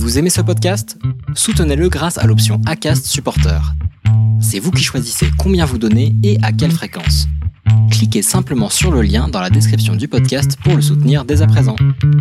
Vous aimez ce podcast ? Soutenez-le grâce à l'option Acast Supporter. C'est vous qui choisissez combien vous donnez et à quelle fréquence. Cliquez simplement sur le lien dans la description du podcast pour le soutenir dès à présent.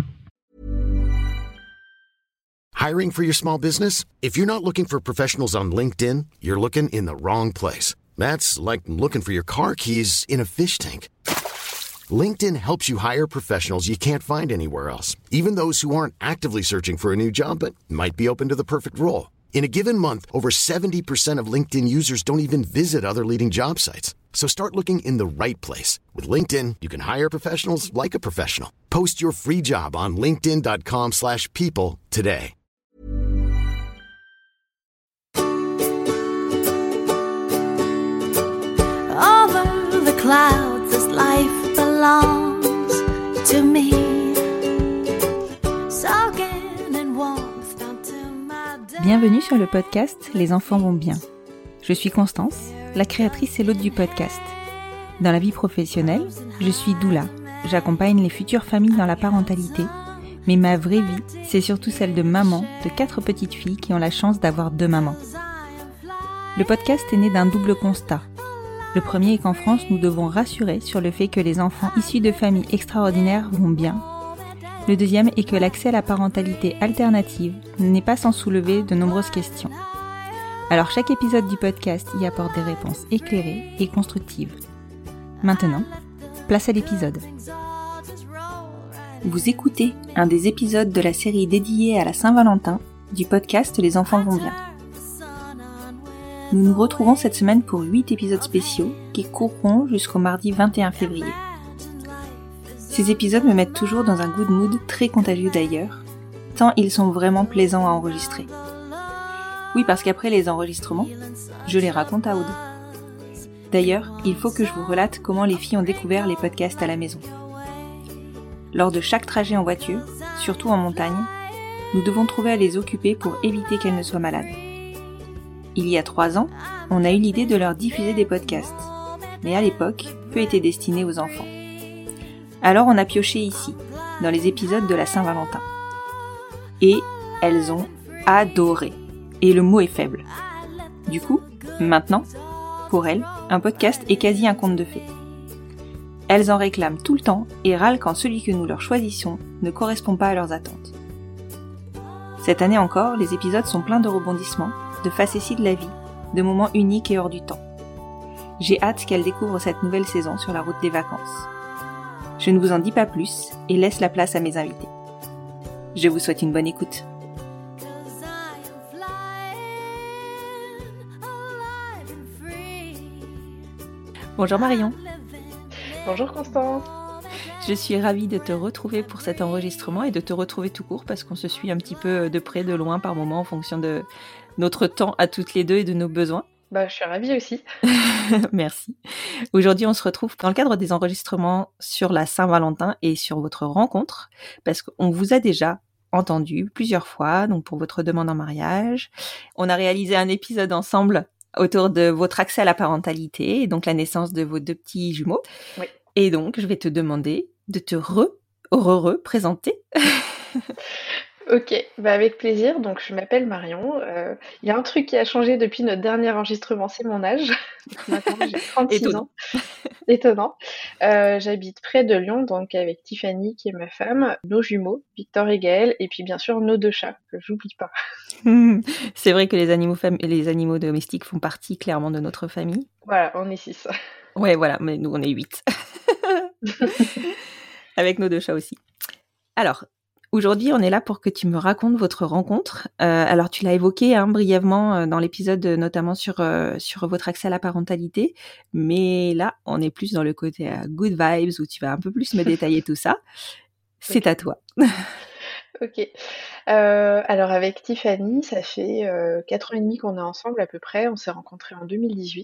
Hiring for your small business? If you're not looking for professionals on LinkedIn, you're looking in the wrong place. That's like looking for your car keys in a fish tank. LinkedIn helps you hire professionals you can't find anywhere else, even those who aren't actively searching for a new job but might be open to the perfect role. In a given month, over 70% of LinkedIn users don't even visit other leading job sites. So start looking in the right place. With LinkedIn, you can hire professionals like a professional. Post your free job on linkedin.com/people today. Over the clouds, this life belongs to me. Soaking in warmth down to my day. Bienvenue sur le podcast Les enfants vont bien. Je suis Constance, la créatrice et l'hôte du podcast. Dans la vie professionnelle, je suis doula. J'accompagne les futures familles dans la parentalité. Mais ma vraie vie, c'est surtout celle de maman de 4 petites filles qui ont la chance d'avoir 2 mamans. Le podcast est né d'un double constat. Le premier est qu'en France, nous devons rassurer sur le fait que les enfants issus de familles extraordinaires vont bien. Le deuxième est que l'accès à la parentalité alternative n'est pas sans soulever de nombreuses questions. Alors chaque épisode du podcast y apporte des réponses éclairées et constructives. Maintenant, place à l'épisode. Vous écoutez un des épisodes de la série dédiée à la Saint-Valentin du podcast Les enfants vont bien. Nous nous retrouvons cette semaine pour 8 épisodes spéciaux qui courront jusqu'au mardi 21 février. Ces épisodes me mettent toujours dans un good mood très contagieux d'ailleurs, tant ils sont vraiment plaisants à enregistrer. Oui, parce qu'après les enregistrements, je les raconte à Aude. D'ailleurs, il faut que je vous relate comment les filles ont découvert les podcasts à la maison. Lors de chaque trajet en voiture, surtout en montagne, nous devons trouver à les occuper pour éviter qu'elles ne soient malades. Il y a 3 ans, on a eu l'idée de leur diffuser des podcasts, mais à l'époque, peu étaient destinés aux enfants. Alors on a pioché ici, dans les épisodes de la Saint-Valentin. Et elles ont adoré. Et le mot est faible. Du coup, maintenant, pour elles, un podcast est quasi un conte de fées. Elles en réclament tout le temps et râlent quand celui que nous leur choisissons ne correspond pas à leurs attentes. Cette année encore, les épisodes sont pleins de rebondissements, de facéties de la vie, de moments uniques et hors du temps. J'ai hâte qu'elles découvrent cette nouvelle saison sur la route des vacances. Je ne vous en dis pas plus et laisse la place à mes invités. Je vous souhaite une bonne écoute. Bonjour Marion. Bonjour Constance. Je suis ravie de te retrouver pour cet enregistrement et de te retrouver tout court parce qu'on se suit un petit peu de près, de loin par moment en fonction de notre temps à toutes les deux et de nos besoins. Je suis ravie aussi. Merci. Aujourd'hui, on se retrouve dans le cadre des enregistrements sur la Saint-Valentin et sur votre rencontre parce qu'on vous a déjà entendu plusieurs fois, donc pour votre demande en mariage. On a réalisé un épisode ensemble autour de votre accès à la parentalité et donc la naissance de vos 2 petits jumeaux. Oui. Et donc, je vais te demander de te présenter. Ok, avec plaisir. Donc, je m'appelle Marion. Il y a un truc qui a changé depuis notre dernier enregistrement, c'est mon âge. Maintenant, j'ai 36 ans. Étonnant. J'habite près de Lyon, donc avec Tiffany, qui est ma femme, nos jumeaux, Victor et Gaël, et puis bien sûr nos 2 chats, que j'oublie pas. C'est vrai que les animaux domestiques font partie clairement de notre famille. Voilà, on est 6. Ouais, voilà, mais nous, on est 8. Avec nos 2 chats aussi. Alors, aujourd'hui, on est là pour que tu me racontes votre rencontre. Alors, tu l'as évoqué brièvement dans l'épisode, notamment sur votre accès à la parentalité. Mais là, on est plus dans le côté good vibes, où tu vas un peu plus me détailler tout ça. C'est Ok. à toi. Ok. Alors avec Tiffany, ça fait 4 ans et demi qu'on est ensemble à peu près. On s'est rencontrés en 2018.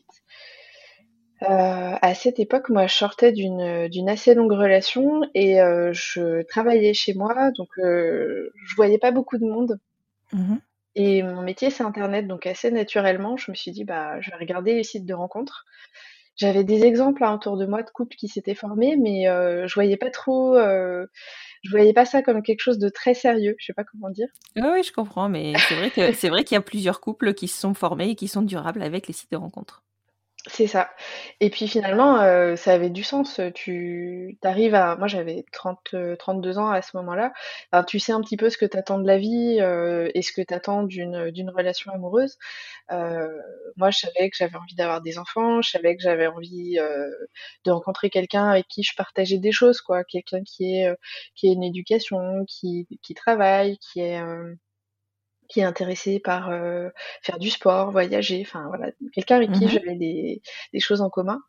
À cette époque, moi, je sortais d'une assez longue relation et je travaillais chez moi, donc je voyais pas beaucoup de monde. Mhm. Et mon métier, c'est internet, donc assez naturellement, je me suis dit, je vais regarder les sites de rencontres. J'avais des exemples autour de moi de couples qui s'étaient formés, mais je voyais pas trop je voyais pas ça comme quelque chose de très sérieux. Je sais pas comment dire. Oui, je comprends, mais c'est vrai qu'il y a plusieurs couples qui se sont formés et qui sont durables avec les sites de rencontres. C'est ça. Et puis finalement, ça avait du sens. Tu arrives à moi j'avais 32 ans à ce moment-là. Alors tu sais un petit peu ce que tu attends de la vie, et ce que tu attends d'une relation amoureuse. Moi je savais que j'avais envie d'avoir des enfants, je savais que j'avais envie, de rencontrer quelqu'un avec qui je partageais des choses quoi, quelqu'un qui ait une éducation, qui travaille, qui est intéressé par faire du sport, voyager, enfin voilà, quelqu'un avec qui j'avais des choses en commun.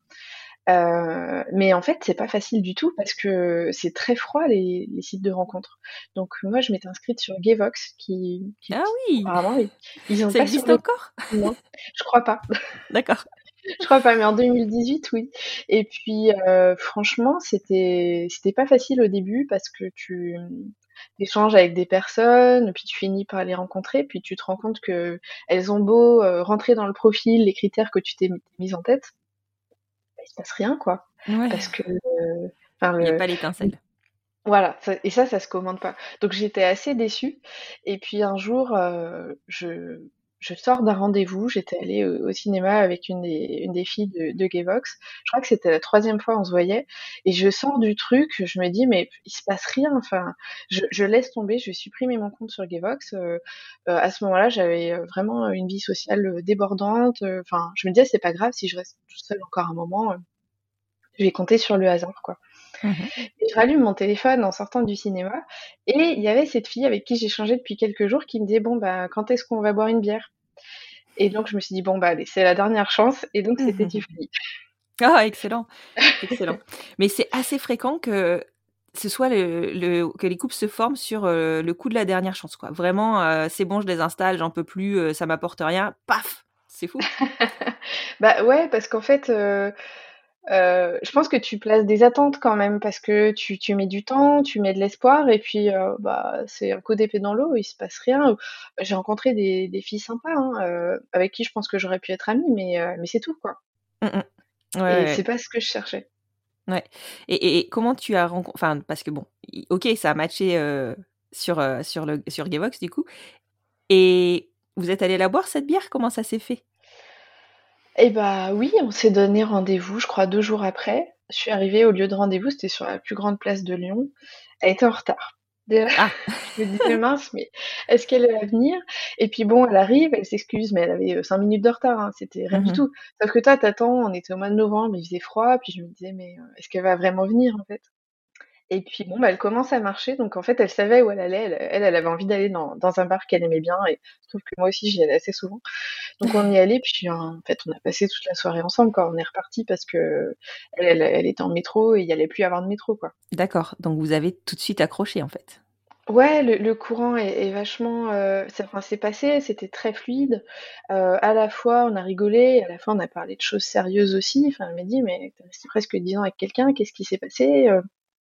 Mais en fait, c'est pas facile du tout parce que c'est très froid les sites de rencontres. Donc moi, je m'étais inscrite sur Gayvox Ah oui, apparemment ils ont ça pas existe survécu. encore? Non, je crois pas. D'accord. Je crois pas, mais en 2018, oui. Et puis, franchement, c'était pas facile au début parce que tu échanges avec des personnes, puis tu finis par les rencontrer, puis tu te rends compte que elles ont beau rentrer dans le profil, les critères que tu t'es mis en tête, bah, il se passe rien, quoi. Ouais, Parce que, enfin, il n'y a pas l'étincelle. voilà, ça se commande pas. Donc j'étais assez déçue. Et puis un jour, je sors d'un rendez-vous. J'étais allée au cinéma avec une des filles de Gayvox. Je crois que c'était la troisième fois on se voyait. Et je sors du truc, je me dis, mais il se passe rien. Enfin, je laisse tomber, je vais supprimer mon compte sur Gayvox. À ce moment-là, j'avais vraiment une vie sociale débordante. Enfin, je me disais, c'est pas grave si je reste toute seule encore un moment. Je vais compter sur le hasard, quoi. Et je rallume mon téléphone en sortant du cinéma et il y avait cette fille avec qui j'échangeais depuis quelques jours qui me disait bon bah quand est-ce qu'on va boire une bière? Et donc je me suis dit bon bah allez, c'est la dernière chance et donc c'était Tiffany. Ah excellent, excellent. Mais c'est assez fréquent que ce soit que les couples se forment sur, le coup de la dernière chance, quoi. Vraiment, c'est bon, je les installe, j'en peux plus, ça m'apporte rien, paf! C'est fou. Bah ouais, parce qu'en fait, je pense que tu places des attentes quand même parce que tu mets du temps, tu mets de l'espoir et puis, bah, c'est un coup d'épée dans l'eau, il se passe rien. J'ai rencontré des filles sympas, hein, avec qui je pense que j'aurais pu être amie mais c'est tout, quoi. Mmh mh. Ouais, Et ouais, c'est pas ce que je cherchais. ouais. Et comment tu as enfin, parce que bon, OK, ça a matché, sur Gayvox du coup et vous êtes allés la boire cette bière? Comment ça s'est fait? Eh bah oui, on s'est donné rendez-vous, je crois 2 jours après. Je suis arrivée au lieu de rendez-vous, c'était sur la plus grande place de Lyon. Elle était en retard. Déjà, Ah! je me disais: «Mince, mais est-ce qu'elle va venir?» Et puis bon, elle arrive, elle s'excuse, mais elle avait, 5 minutes de retard, hein, c'était rien du Mmh. tout. Sauf que toi, t'attends, on était au mois de novembre, il faisait froid, puis je me disais: «Mais, est-ce qu'elle va vraiment venir, en fait?» Et puis bon, bah, elle commence à marcher, donc en fait, elle savait où elle allait. Elle avait envie d'aller dans un bar qu'elle aimait bien et je trouve que moi aussi, j'y allais assez souvent. Donc on y est allé, puis en fait, on a passé toute la soirée ensemble, quoi. On est repartis parce que elle était en métro et il y allait plus y avoir de métro, quoi. D'accord, donc vous avez tout de suite accroché, en fait? Ouais, le courant est vachement, enfin, c'est passé, c'était très fluide. À la fois, on a rigolé, à la fois, on a parlé de choses sérieuses aussi. Enfin, elle m'a dit: «Mais tu es restée presque 10 ans avec quelqu'un, qu'est-ce qui s'est passé?»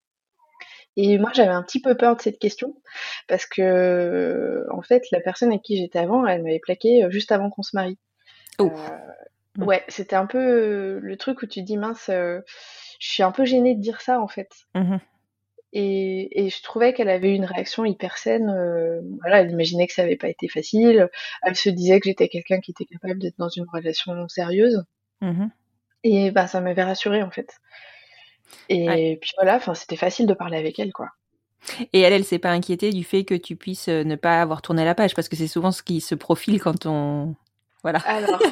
Et moi, j'avais un petit peu peur de cette question parce que, en fait, la personne avec qui j'étais avant, elle m'avait plaqué, juste avant qu'on se marie. Heu, Oh! Mmh. ouais, c'était un peu, le truc où tu te dis: «Mince, je suis un peu gênée de dire ça, en fait». Mmh. Et je trouvais qu'elle avait eu une réaction hyper saine, voilà, elle imaginait que ça avait pas été facile. Elle se disait que j'étais quelqu'un qui était capable d'être dans une relation sérieuse Mmh. et bah, ça m'avait rassurée, en fait. Ouais. Et puis voilà, enfin, c'était facile de parler avec elle, quoi. Et elle s'est pas inquiétée du fait que tu puisses, ne pas avoir tourné la page? Parce que c'est souvent ce qui se profile quand on voilà. Alors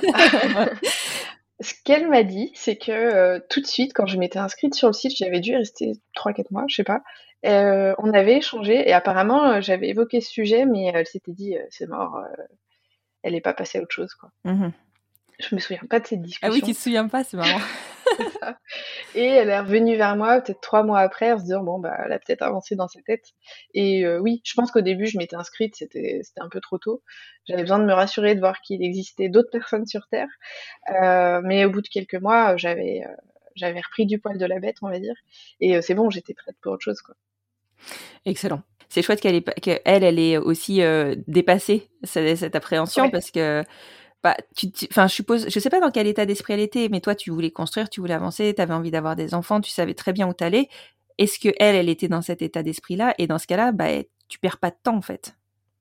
ce qu'elle m'a dit, c'est que, tout de suite, quand je m'étais inscrite sur le site, j'avais dû rester 3 4 mois, je sais pas, on avait échangé et apparemment, j'avais évoqué ce sujet, mais elle s'était dit: «C'est mort, elle est pas passée à autre chose, quoi». Mmh. Je me souviens pas de cette Ah oui, tu discussion, te souviens pas? C'est marrant. c'est ça. Et elle est revenue vers moi peut-être 3 mois après en se disant: «Bon, bah, elle a peut-être avancé dans sa tête». Et oui, je pense qu'au début, je m'étais inscrite, c'était un peu trop tôt. J'avais besoin de me rassurer, de voir qu'il existait d'autres personnes sur terre. Mais au bout de quelques mois, j'avais repris du poil de la bête, on va dire et c'est bon, j'étais prête pour autre chose, quoi. Excellent. C'est chouette qu'elle ait aussi, dépassé cette appréhension Ouais. parce que, bah, enfin, je suppose je sais pas dans quel état d'esprit elle était, mais toi, tu voulais construire, tu voulais avancer, tu avais envie d'avoir des enfants, tu savais très bien où tu allais. est-ce que elle était dans cet état d'esprit-là? Et dans ce cas-là, tu perds pas de temps, en fait.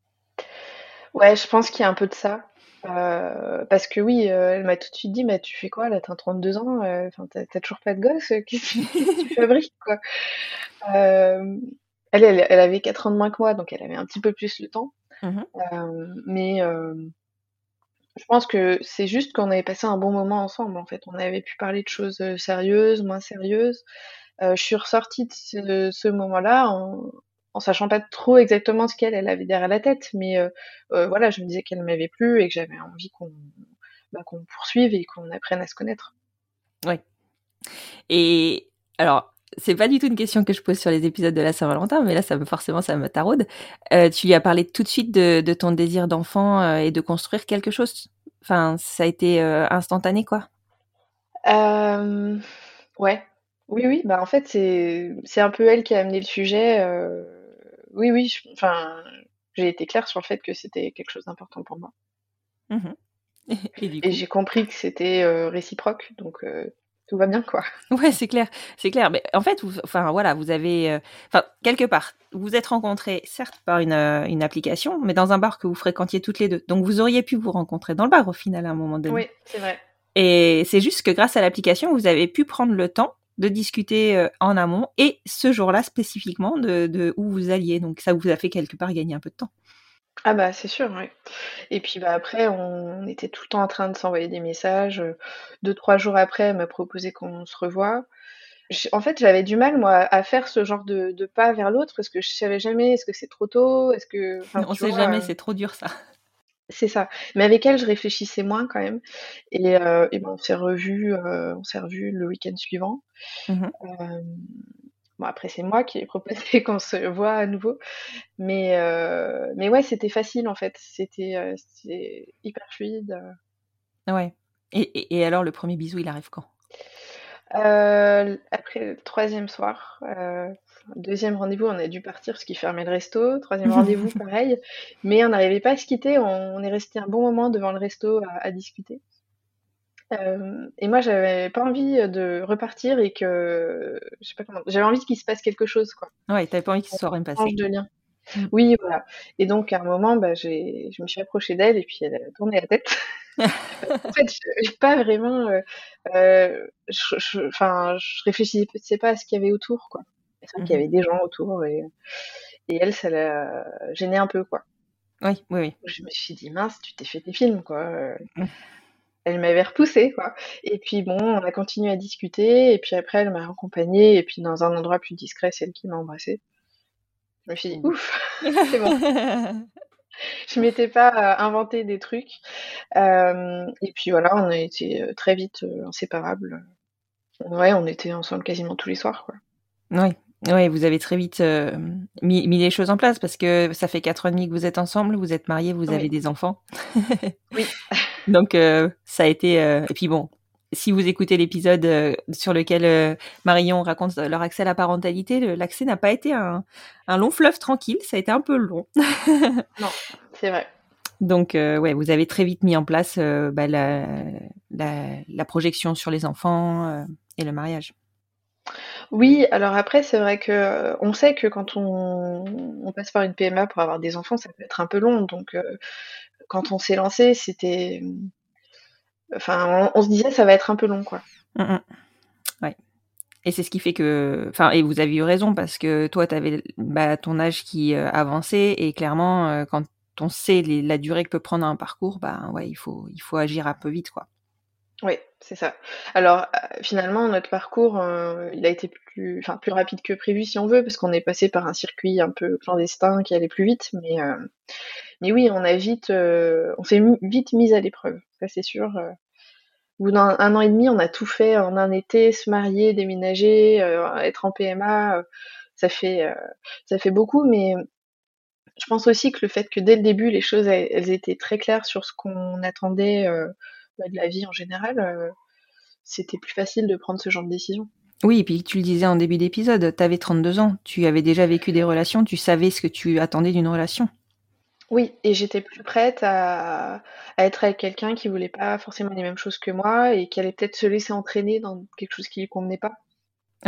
Ouais, je pense qu'il y a un peu de ça. Parce que oui, elle m'a tout de suite dit: «Mais tu fais quoi là? Tu as 32 ans, enfin tu toujours pas de gosse, qu'est-ce que tu fabriques quoi?» Hem, elle avait 4 ans de moins que moi, donc elle avait un petit peu plus le temps. Mmh. Mais je pense que c'est juste qu'on avait passé un bon moment ensemble, en fait. On avait pu parler de choses, sérieuses, moins sérieuses. Je suis ressortie de ce moment-là en sachant pas trop exactement ce qu'elle avait derrière la tête, mais voilà, je me disais qu'elle m'avait plu et que j'avais envie qu'on poursuive et qu'on apprenne à se connaître. Ouais. Et alors, c'est pas du tout une question que je pose sur les épisodes de la Saint-Valentin, mais là, forcément, ça me taraude. Tu lui as parlé tout de suite de ton désir d'enfant et de construire quelque chose. Enfin, ça a été instantané, quoi. Hem, ouais. Oui, oui, bah, en fait, c'est un peu elle qui a amené le sujet, oui, oui, enfin, j'ai été claire sur le fait que c'était quelque chose d'important pour moi Mhm. Et du et coup? j'ai compris que c'était, réciproque, donc tout va bien, quoi. Ouais, c'est clair, c'est clair. Mais en fait, enfin voilà, vous avez, enfin quelque part, vous vous êtes rencontrés, certes par une application, mais dans un bar que vous fréquentiez toutes les deux. Donc vous auriez pu vous rencontrer dans le bar au final à un moment donné. Oui, c'est vrai. Et c'est juste que grâce à l'application, vous avez pu prendre le temps de discuter en amont et ce jour-là spécifiquement de où vous alliez. Donc ça vous a fait quelque part gagner un peu de temps. Ah bah, c'est sûr, ouais. Et puis, bah, après, on était tout le temps en train de s'envoyer des messages. 2-3 jours après, elle m'a proposé qu'on se revoie. En fait, j'avais du mal, moi, à faire ce genre de pas vers l'autre parce que je savais jamais, est-ce que c'est trop tôt? Est-ce que, enfin, On tu sait vois, jamais, c'est trop dur ça. c'est ça. Mais avec elle, je réfléchissais moins quand même. Et ben, on s'est revus le week-end suivant. Mhm. Hem, bon, après, c'est moi qui ai proposé qu'on se voit à nouveau. Mais ouais, c'était facile en fait. C'était hyper fluide. Ouais. Et alors le premier bisou, il arrive quand? Après le 3e soir, 2e rendez-vous, on a dû partir parce qu'il fermait le resto. 3e rendez-vous, pareil, mais on n'arrivait pas à se quitter. On est resté un bon moment devant le resto à discuter. Et moi, j'avais pas envie de repartir et que je sais pas comment j'avais envie qu'il se passe quelque chose, quoi. Ouais, t'avais pas envie qu'il se On soit rien passé. change de lien. Mm. Oui, voilà. Et donc à un moment, bah, je me suis approchée d'elle et puis elle a tourné la tête. En fait, je pas vraiment, enfin, je réfléchissais pas à ce qu'il y avait autour, quoi. C'est vrai qu'il y Mhm. avait des gens autour et elle, ça l'a gênée un peu, quoi. Oui, oui, oui. Je me suis dit: «Mince, tu t'es fait des films, quoi», Mm. elle m'avait repoussée, quoi. Et puis bon, on a continué à discuter et puis après elle m'a accompagnée et puis dans un endroit plus discret, c'est elle qui m'a embrassée. Je me suis dit: «Ouf, c'est bon». Je m'étais pas, inventé des trucs. Et puis voilà, on a été, très vite, inséparables. Ouais, on était ensemble quasiment tous les soirs, quoi. Oui, ouais, vous avez très vite, mis les choses en place parce que ça fait 4 ans et demi que vous êtes ensemble, vous êtes mariés, vous avez Oui, des enfants. oui, Donc ça a été, et puis bon, si vous écoutez l'épisode, sur lequel, Marion raconte leur accès à la parentalité, l'accès n'a pas été un long fleuve tranquille, ça a été un peu long. non, c'est vrai. Donc ouais, vous avez très vite mis en place, la projection sur les enfants, et le mariage. Oui, alors après, c'est vrai que, on sait que quand on passe par une PMA pour avoir des enfants, ça peut être un peu long. Donc, quand on s'est lancé, c'était, enfin, on se disait: «Ça va être un peu long», quoi. Mmh mh. Ouais. Et c'est ce qui fait que, enfin, et vous avez eu raison parce que toi, tu avais, ton âge qui, avançait et clairement, quand on sait la durée que peut prendre un parcours, ouais, il faut agir un peu vite, quoi. Oui, c'est ça. Alors, finalement, notre parcours, il a été plus rapide que prévu, si on veut, parce qu'on est passé par un circuit un peu clandestin qui allait plus vite. Mais oui, on s'est vite mis à l'épreuve, ça c'est sûr. Au bout d'1 an et demi, on a tout fait en un été, se marier, déménager, être en PMA, ça fait beaucoup. Mais je pense aussi que le fait que dès le début, les choses elles étaient très claires sur ce qu'on attendait, de la vie en général, c'était plus facile de prendre ce genre de décision. Oui, et puis tu le disais en début d'épisode, tu avais 32 ans, tu avais déjà vécu des relations, tu savais ce que tu attendais d'une relation. Oui, et j'étais plus prête à être avec quelqu'un qui voulait pas forcément les mêmes choses que moi et qui allait peut-être se laisser entraîner dans quelque chose qui lui convenait pas. Ouais.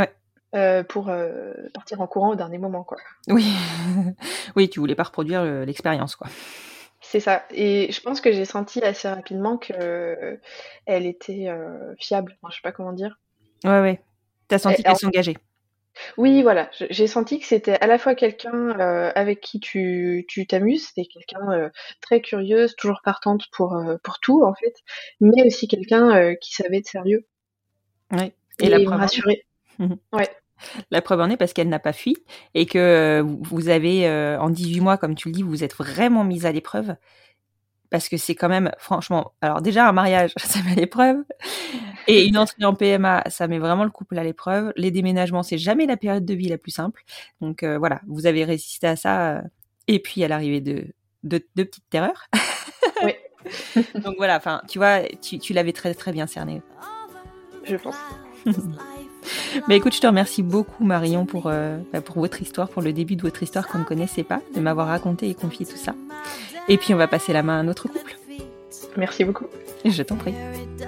pour partir en courant au dernier moment, quoi. Oui, oui, tu voulais pas reproduire l'expérience, quoi. C'est ça. Et je pense que j'ai senti assez rapidement que elle était fiable. Enfin, je sais pas comment dire. Ouais. T'as senti Et qu'elle s'engageait. oui, voilà. J'ai senti que c'était à la fois quelqu'un avec qui tu t'amuses, c'était quelqu'un très curieuse, toujours partante pour tout en fait, mais aussi quelqu'un qui savait être sérieux Ouais. et la me preuve en est. rassurer. Ouais. La preuve en est parce qu'elle n'a pas fui et que vous avez, en 18 mois, comme tu le dis, vous vous êtes vraiment mise à l'épreuve. Parce que c'est quand même, franchement, alors déjà un mariage, ça met à l'épreuve, et une entrée en PMA, ça met vraiment le couple à l'épreuve. Les déménagements, c'est jamais la période de vie la plus simple. Donc voilà, vous avez résisté à ça, et puis à l'arrivée de petites terreurs. Oui, Donc voilà, enfin, tu vois, tu l'avais très très bien cerné. je pense. Mais écoute, je te remercie beaucoup, Marion, pour votre histoire, pour le début de votre histoire qu'on ne connaissait pas, de m'avoir raconté et confié tout ça. Et puis on va passer la main à un autre couple. Merci beaucoup. Je t'en prie.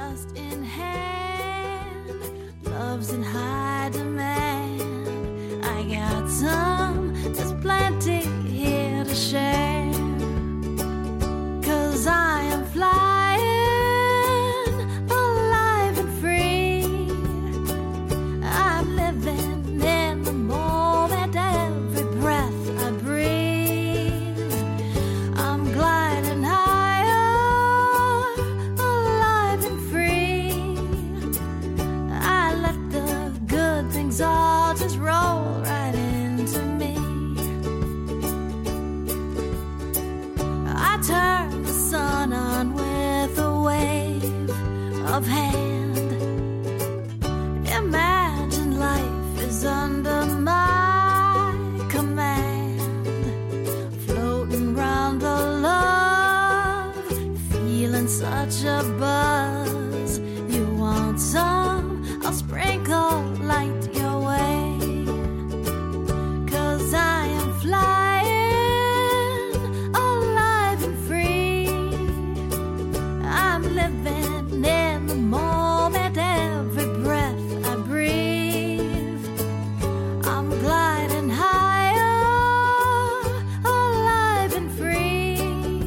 Love's in high demand. I got some, there's plenty here to share. 'Cause I am flying, alive and free. I'm living in the moment, every breath I breathe. I'm gliding higher, alive and free. I let the good things all just roll right into me. I turn the sun on with a wave of hand. Imagine life is under my command. Floating round the love, feeling such a buzz. You want some? I'll sprinkle light your way. 'Cause I am flying, alive and free. I'm living in the moment, every breath I breathe. I'm gliding higher, alive and free.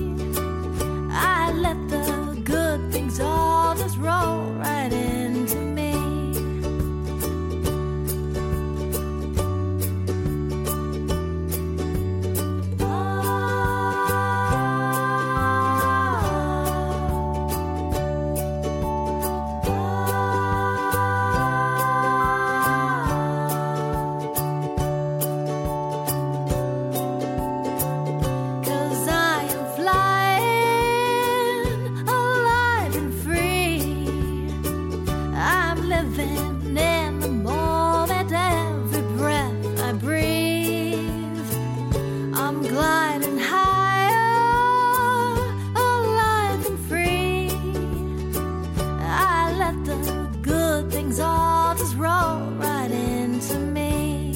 I let the good things all just roll right into me. Cause I am flying, alive and free. I'm living in the moment, every breath I breathe. I'm gliding higher, alive and free. I let the good things all just roll right into me.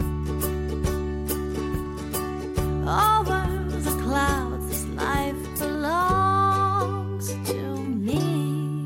Over the clouds, this life belongs to me.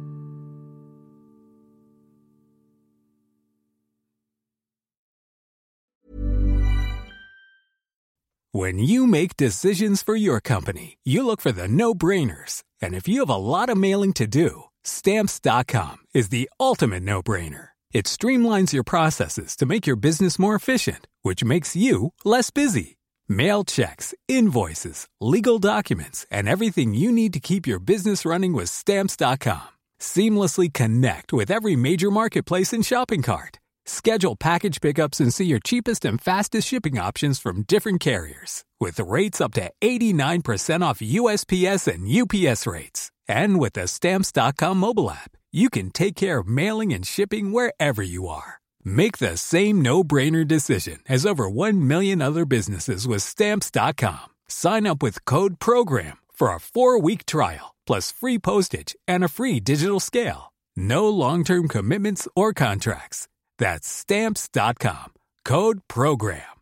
When you make decisions for your company, you look for the no-brainers. And if you have a lot of mailing to do, Stamps.com is the ultimate no-brainer. It streamlines your processes to make your business more efficient, which makes you less busy. Mail checks, invoices, legal documents, and everything you need to keep your business running with Stamps.com. Seamlessly connect with every major marketplace and shopping cart. Schedule package pickups and see your cheapest and fastest shipping options from different carriers. With rates up to 89% off USPS and UPS rates. And with the Stamps.com mobile app, you can take care of mailing and shipping wherever you are. Make the same no-brainer decision as over 1 million other businesses with Stamps.com. Sign up with code PROGRAM for a 4-week trial, plus free postage and a free digital scale. No long-term commitments or contracts. That's Stamps.com. Code PROGRAM.